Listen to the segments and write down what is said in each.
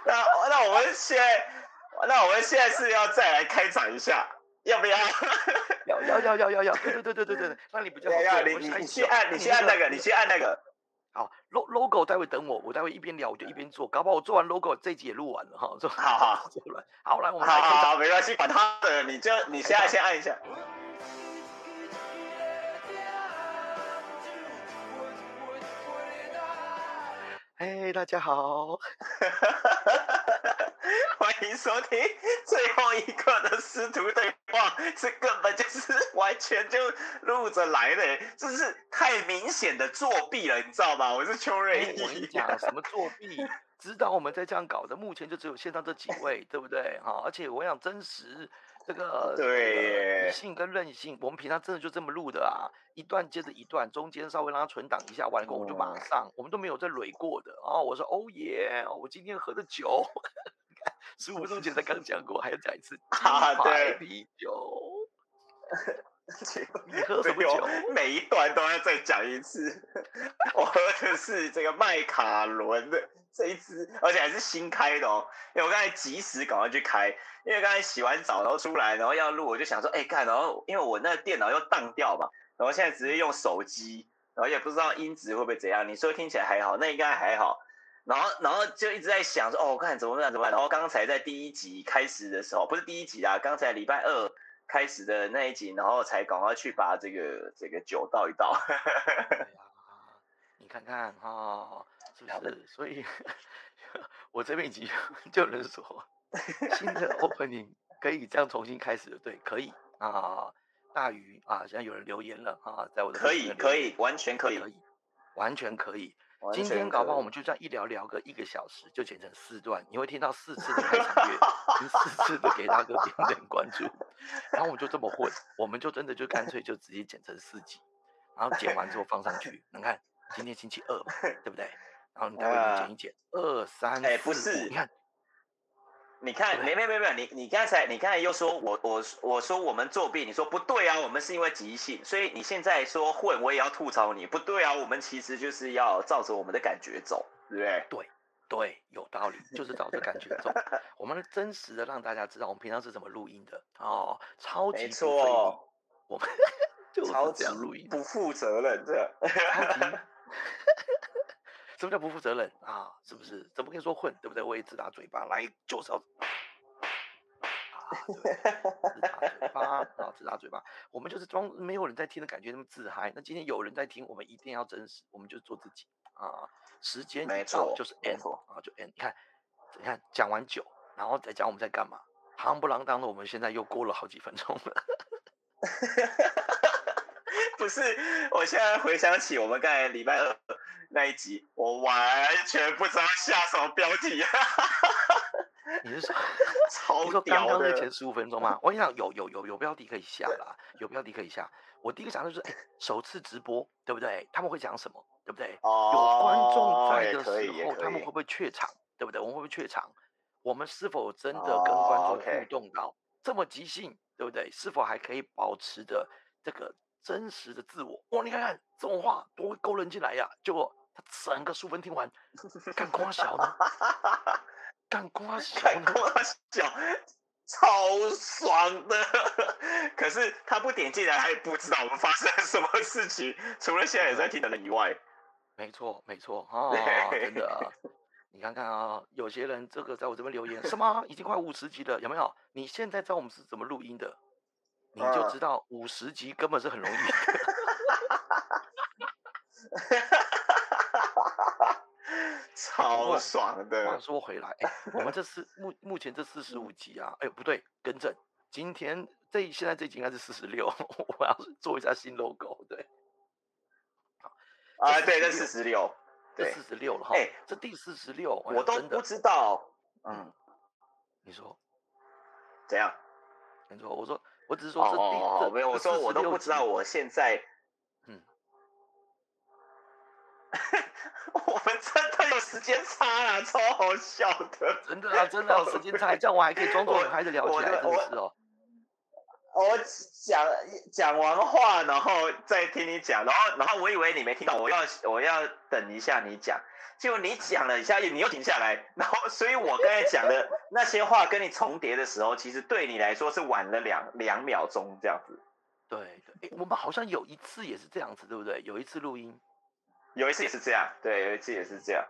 那我们现在是要再来开展一下，要不要？ 要，对，那你比较好做。 你去按那个。 好 ，logo 待会等我待会一边聊我就一边做，搞不好我做完 logo 这一集也录完了哈。 好， 好，来我们来开场。 好，没关系，管他的，你现在先按一下。 嘿，大家好， 欢迎收听最后一刻的师徒对话，这根本就是完全就录着来的，这是太明显的作弊了，你知道吗？我是邱瑞义。 我跟你讲，什么作弊？指导我们在这样搞的，目前就只有线上这几位，对不对？哈，而且我想真实这个理性跟任性，我们平常真的就这么录的啊，一段接着一段，中间稍微让它存档一下，完了后我们就马上，我们都没有再蕊过的哦。我说哦耶，我今天喝的酒，15分钟前才刚讲过，还要讲一次金牌啤酒。你喝什么酒？ 每一段都要再讲一次。我喝的是这个麦卡伦的这一支，而且还是新开的哦。因为我刚才及时赶快去开，因为刚才洗完澡然后出来，然后要录，我就想说，干，然后因为我那个电脑又当掉嘛，然后现在直接用手机，然后也不知道音质会不会怎样。你说听起来还好，那应该还好。然后就一直在想说，我看怎么办。然后刚才在第一集开始的时候，不是第一集啦，刚才礼拜2开始的那一集，然后才赶快去把这个酒倒一倒。 对啊，你看看哈，是不是？所以我这边已经就有人说，新的 opening 可以这样重新开始的，对，可以啊。大鱼啊，现在有人留言了啊，在我的可以，完全可以， 完全可以。今天搞不好我们就这样一聊个1个小时，就剪成4段，你会听到4次的开场乐，跟4次的给大哥点点关注，然后我们就这么混，我们就真的就干脆就直接剪成4集，然后剪完之后放上去。你看今天星期2嘛，对不对？然后你待会剪一剪，2、3、4、 不是， 你看，没，你刚才又说我说我们作弊，你说不对啊，我们是因为即兴，所以你现在说混，我也要吐槽你，不对啊，我们其实就是要照着我们的感觉走，对不对？ 对，有道理，就是照着感觉走。我们真实的让大家知道我们平常是怎么录音的哦，超级不费力，我们就是这样录音， 不负责任的， 超级。什么叫不负责任啊？是不是？怎么可以说混，对不对？我也自打嘴巴，来就是要自打嘴巴，我们就是装没有人在听的感觉，那么自嗨。那今天有人在听，我们一定要真实，我们就做自己啊。时间一到就是 end 啊，就 end。你看讲完酒，然后再讲我们在干嘛，夯不啷当的，我们现在又过了好几分钟了。 不是，我现在回想起我们刚才礼拜2那一集，我完全不知道下什么标题。 你是说超屌的？刚刚那前15分钟吗？我跟你讲，有标题可以下啦，有标题可以下。我第一个想到就是，首次直播，对不对？他们会讲什么，对不对？有观众在的时候，他们会不会怯场，对不对？我们会不会怯场？我们是否真的跟观众互动到这么即兴，对不对？是否还可以保持着这个真实的自我？哇，你看看这种话多会勾人进来呀！结果他整个15分听完，干瓜小呢？干瓜小， 超爽的。可是他不点进来，他也不知道我们发生了什么事情，除了现在也在听的人以外。 没错啊，真的啊。你看看啊，有些人这个在我这边留言，什么已经快50集了，有没有？你现在知道我们是怎么录音的，你就知道50集根本是很容易的。 超爽的。 话说回来，我们这是目前这45集啊，不对，更正，今天现在这集应该是46，我要做一下新 logo， 对。 对，这46， 这46了哈。这第46， 我都不知道。 你说怎样？ 你说，我只是说没有，我说我都不知道，我现在。我们真的有时间差啊，超好笑的。 真的有时间差，这样我还可以装作很嗨的聊起来，真的是哦。 我讲完话，然后再听你讲，然后我以为你没听到，我要等一下你讲， 结果你讲了一下，你又停下来，然后所以我刚才讲的那些话跟你重叠的时候，其实对你来说是晚了两秒钟这样子。 对对，我们好像有一次也是这样子，对不对？有一次录音， 有一次也是这样，对，有一次也是这样。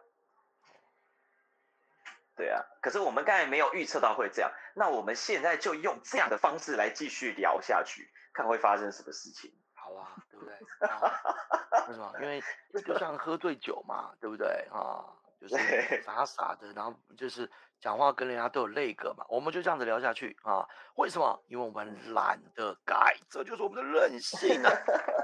对啊，可是我们刚才没有预测到会这样，那我们现在就用这样的方式来继续聊下去，看会发生什么事情。 好啊，对不对？为什么？因为就像喝醉酒嘛，对不对啊？就是傻傻的，然后就是讲话跟人家都有那个嘛，我们就这样子聊下去啊？为什么？因为我们懒得改，这就是我们的任性啊！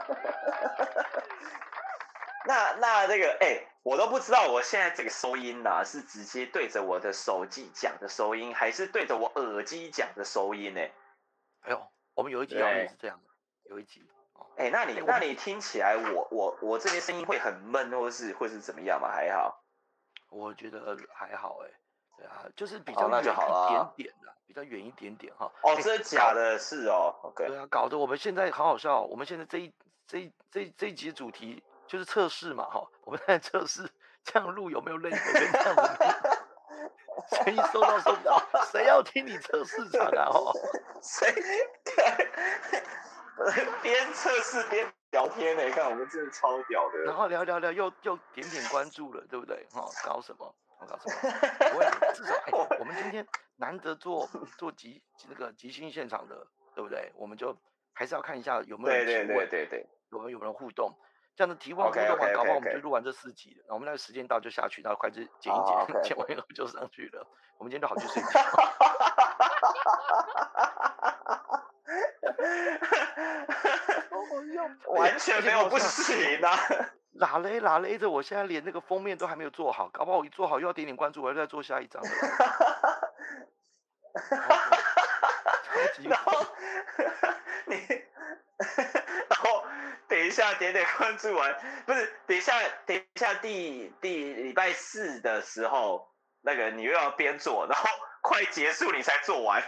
那这个我都不知道我现在这个收音啊，是直接对着我的手机讲的收音，还是对着我耳机讲的收音呢？ 哎呦，我们有一集好像也是这样的，有一集。 那你听起来我这边声音会很闷，或是怎么样吗？还好。 我觉得还好对啊，就是比较远一点点的，比较远一点点哈。 真的假的？是哦 ，OK。 对啊，搞得我们现在好好笑。我们现在这一集的主题就是测试嘛哈，我们在测试这样录有没有内容，跟这样子声音收到收不到，谁要听你测试场啊？ 谁？边测试边聊天呢？看我们真的超屌的。 然后聊又点关注了，对不对？搞什么？我搞什么？不会，至少我们今天难得做那个即兴现场的，对不对？我们就还是要看一下有没有人提问， 对， 有没有人互动。这样的提问互动完，搞不好我们就录完这4集了。然后我们那个时间到就下去，然后快剪一剪，剪完以后就上去了。我们今天都好去睡觉。 完全没有不行啊！ 拉勒着，我现在连那个封面都还没有做好，搞不好我一做好又要点关注，我要再做下一张了。 然后然后等一下点关注完，不是等一下第礼拜4的时候，那个你又要边做，然后快结束你才做完。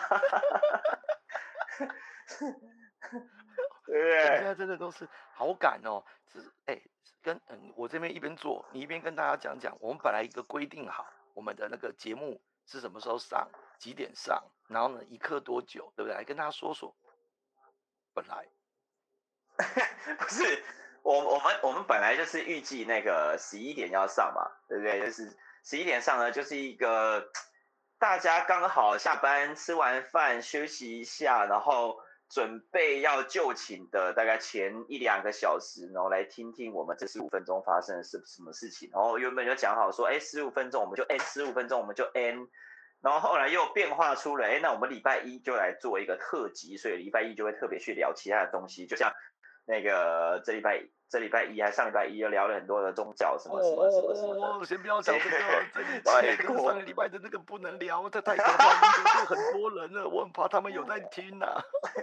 对不对？ 现在真的都是好赶哦，跟我这边一边做，你一边跟大家讲，我们本来一个规定好，我们的那个节目是什么时候上，几点上，然后呢一刻多久，对不对？来跟大家说说。本来不是我们本来就是预计那个11点要上嘛，对不对？就是11点上呢，就是一个大家刚好下班吃完饭休息一下，然后准备要就寝的大概前1-2个小时，然后来听听我们这15分钟发生了什么事情。然后原本就讲好说，15分钟我们就15分钟我们就 end。然后后来又变化出了，那我们礼拜1就来做一个特辑，所以礼拜1就会特别去聊其他的东西，就像那个这礼拜1还上礼拜1又聊了很多的宗教什么的。 先不要讲这个，这礼拜跟上个礼拜的那个不能聊，这太可怕了，很多人了，我很怕他们有在听啊。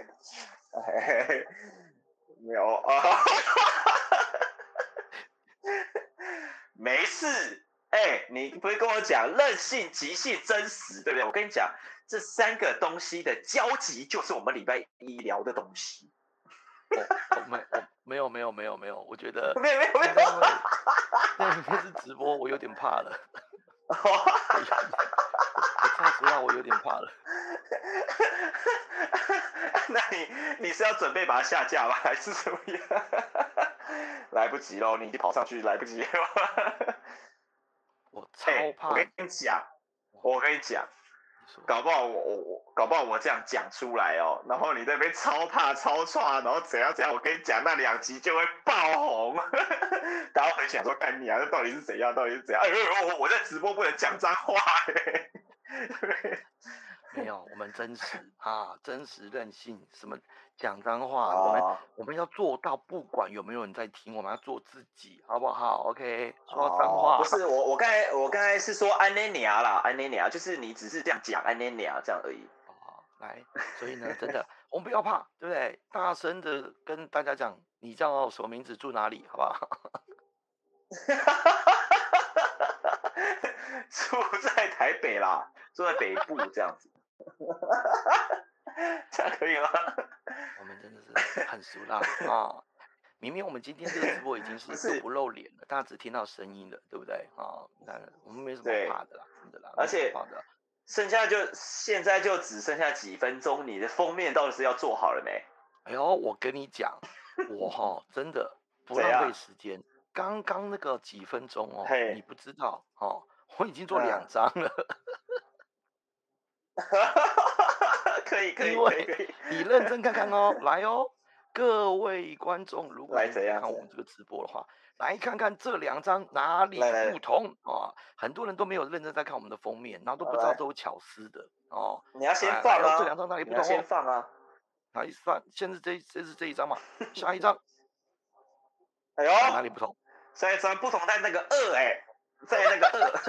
没有啊，没事。你不是跟我讲任性、即兴、真实，对不对？我跟你讲，这3个东西的交集就是我们礼拜1聊的东西。 没有，我觉得没有， 那里面是直播，我有点怕了。我说实话，我有点怕了。 那你是要准备把它下架吗？还是怎么样？来不及喽，你已经跑上去，来不及了。 我超怕。 我跟你讲，搞不好我这样讲出来哦，然后你那边超怕超差，然后怎样，我跟你讲，那2集就会爆红。大家会想说，干你啊，这到底是怎样？我在直播不能讲脏话。 没有，我们真实任性，什么讲脏话，我们要做到，不管有没有人在听，我们要做自己，好不好 ？OK， 说脏话。 不是我刚才是说安内尼亚啦，安内尼亚就是你只是这样讲安内尼亚这样而已。 来，所以呢，真的，我们不要怕，对不对？大声的跟大家讲，你叫什么名字，住哪里，好不好？ 住在台北啦，住在北部这样子。这样可以吗？ 我们真的是很熟啦啊！ 明明我们今天这个直播已经是又不露脸了，大家只听到声音了，对不对？那我们没什么怕的啦，真的啦， 而且怕的。 现在就只剩下几分钟，你的封面到底是要做好了没？ 哎呦，我跟你讲，我真的不浪费时间，刚刚那个几分钟你不知道我已经做2张了。 可以， 因为你认真看看来各位观众，如果你看我们这个直播的话，来看看这2张哪里不同很多人都没有认真在看我们的封面，然后都不知道都有巧思的你要先放啊， 这2张哪里不同先放啊。 哪一张？现在这一张嘛，下一张。 哎呦， 哪里不同？ 下一张不同在那个2在那个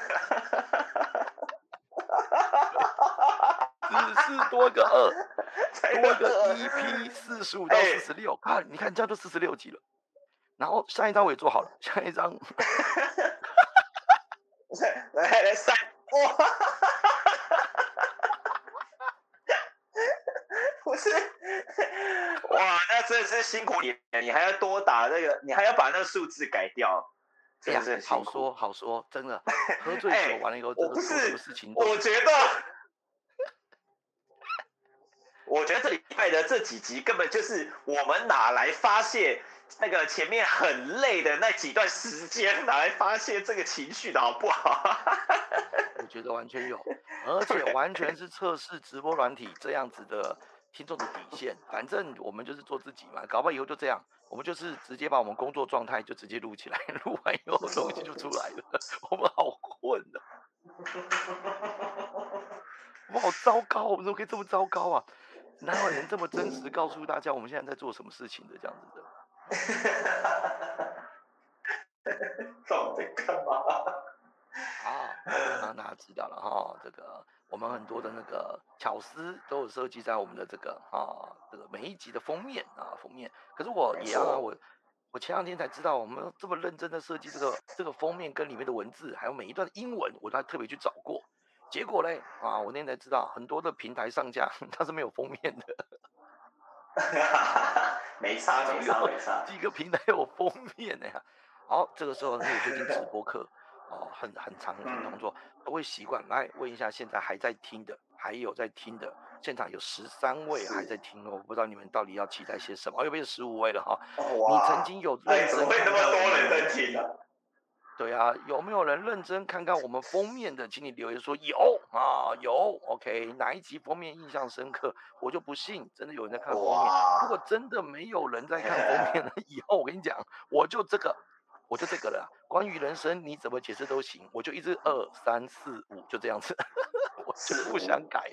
2。只是多个2，多个EP45到46，看，你看这样就46集了。然后下一张我也做好了，下一张， 来3，不是，哇，那真的是辛苦你，你还要多打那个，你还要把那个数字改掉，真的是辛苦。 好说，真的，喝醉酒完了以后， 我不是， 做什么事情我觉得这礼拜的这几集根本就是我们拿来发泄那个前面很累的那几段时间，拿来发泄这个情绪的好不好？ 我觉得完全有，而且完全是测试直播软体这样子的听众的底线。反正我们就是做自己嘛，搞不好以后就这样，我们就是直接把我们工作状态就直接录起来，录完以后东西就出来了。我们好混的，我们好糟糕，我们怎么可以这么糟糕啊？哪有人这么真实告诉大家我们现在在做什么事情的这样子的？ 到底在干嘛？ 让大家知道了这个我们很多的那个巧思都有设计在我们的这个这个每一集的封面封面。可是我也我前2天才知道，我们这么认真的设计这个封面跟里面的文字，还有每一段英文，我都还特别去找过。结果嘞我那天才知道，很多的平台上架它是没有封面的。 没差， 几个平台有封面的呀。好，这个时候因为我最近直播课很长动作，都会习惯来问一下现在还在听的，还有在听的，现场有13位还在听我不知道你们到底要期待些什么？又变成15位了你曾经有认真看看我们在听啊？ 对啊，有没有人认真看看我们封面的？请你留言说有有 OK， 哪一集封面印象深刻？我就不信真的有人在看封面。如果真的没有人在看封面了，以后我跟你讲，我就这个了。关于人生你怎么解释都行，我就一直2、3、4、5就这样子，我就不想改。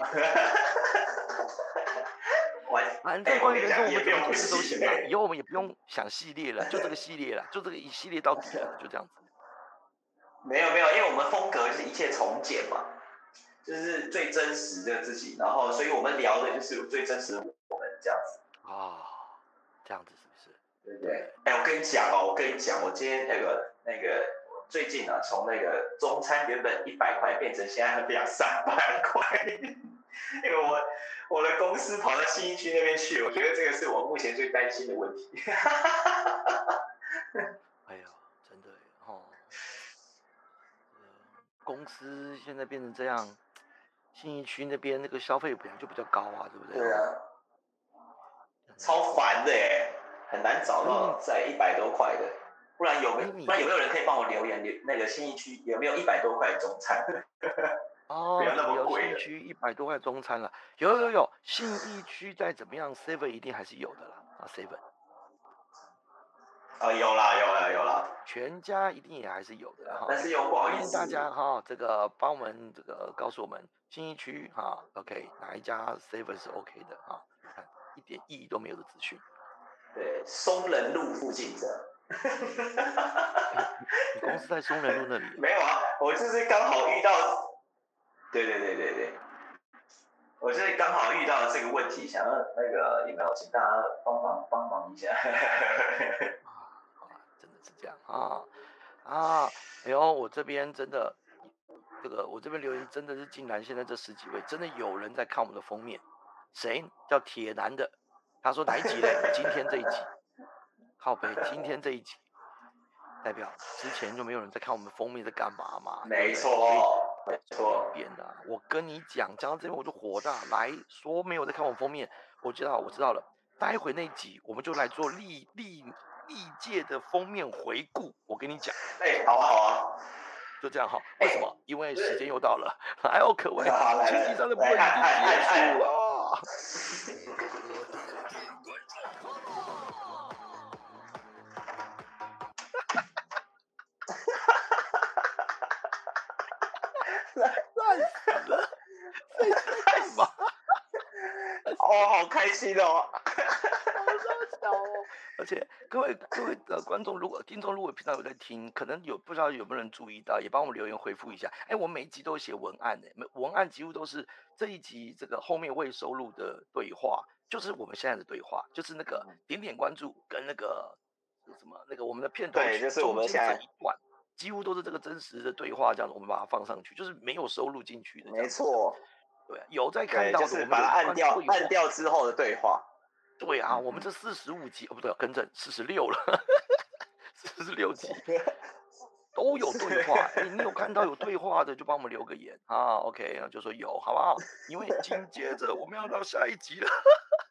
反正关于人生我们怎么解释都行嘛，以后我们也不用想系列了，就这个系列了，就这个一系列到底了，就这样子。 没有，因为我们风格是一切从简嘛，就是最真实的自己，然后所以我们聊的就是最真实的我们这样子。 这样子是不是？ 对不对？我跟你讲，我今天那个最近从那个中餐原本100块变成现在200-300块，因为我的公司跑到信义区那边去，我觉得这个是我目前最担心的问题。 哎呀，真的公司现在变成这样，信义区那边那个消费本来就比较高对不对？ 对啊，超烦的很难找到在100多块的，不然有没有人可以帮我留言？那个信义区有没有100多块的中餐？不要那么贵。 信义区100多块中餐了，有，信义区再怎么样 ，7 一定还是有的啦，7。 有啦， 全家一定也还是有的但是又不好意思， 大家这个帮我们这个告诉我们信义区OK 哪一家 7 是 OK 的看一点意义都没有的资讯。 对，松仁路附近的。 你公司在松仁路那里？ 没有我就是刚好遇到。对，我就是刚好遇到这个问题，想要那个有没有请大家帮忙一下。 真的是这样哎呦，我这边真的我这边留言真的是竟然现在这10几位真的有人在看我们的封面，谁叫铁男的？他说哪一集嘞？今天这一集。 靠北，今天这一集代表之前就没有人在看我们封面在干嘛嘛， 没错， 没错。变的，我跟你讲，讲到这边我就火大，来说没有在看我们封面，我知道了，待会那集我们就来做历届的封面回顾，我跟你讲。 好啊。 就这样哈，为什么？因为时间又到了，来哦，各位，前几章的部分已经结束了。烂死了，这是在干嘛？ 哦，好开心哦， 好笑哦！而且各位观众，听众如果平常有在听，可能不知道有没有人注意到，也帮我们留言回复一下。我每一集都有写文案文案几乎都是这一集这个后面未收录的对话，就是我们现在的对话，就是那个点点关注跟那个什么那个我们的片头曲就是我们中间这一段。几乎都是这个真实的对话，这样子我们把它放上去，就是没有收录进去的。 没错， 对，有在看到的， 就是把它按掉之后的对话。 对啊，我们这45集不对，更正46了，46集都有对话。你有看到有对话的，就帮我们留个言啊。OK，就说有，好不好？因为紧接着我们要到下一集了。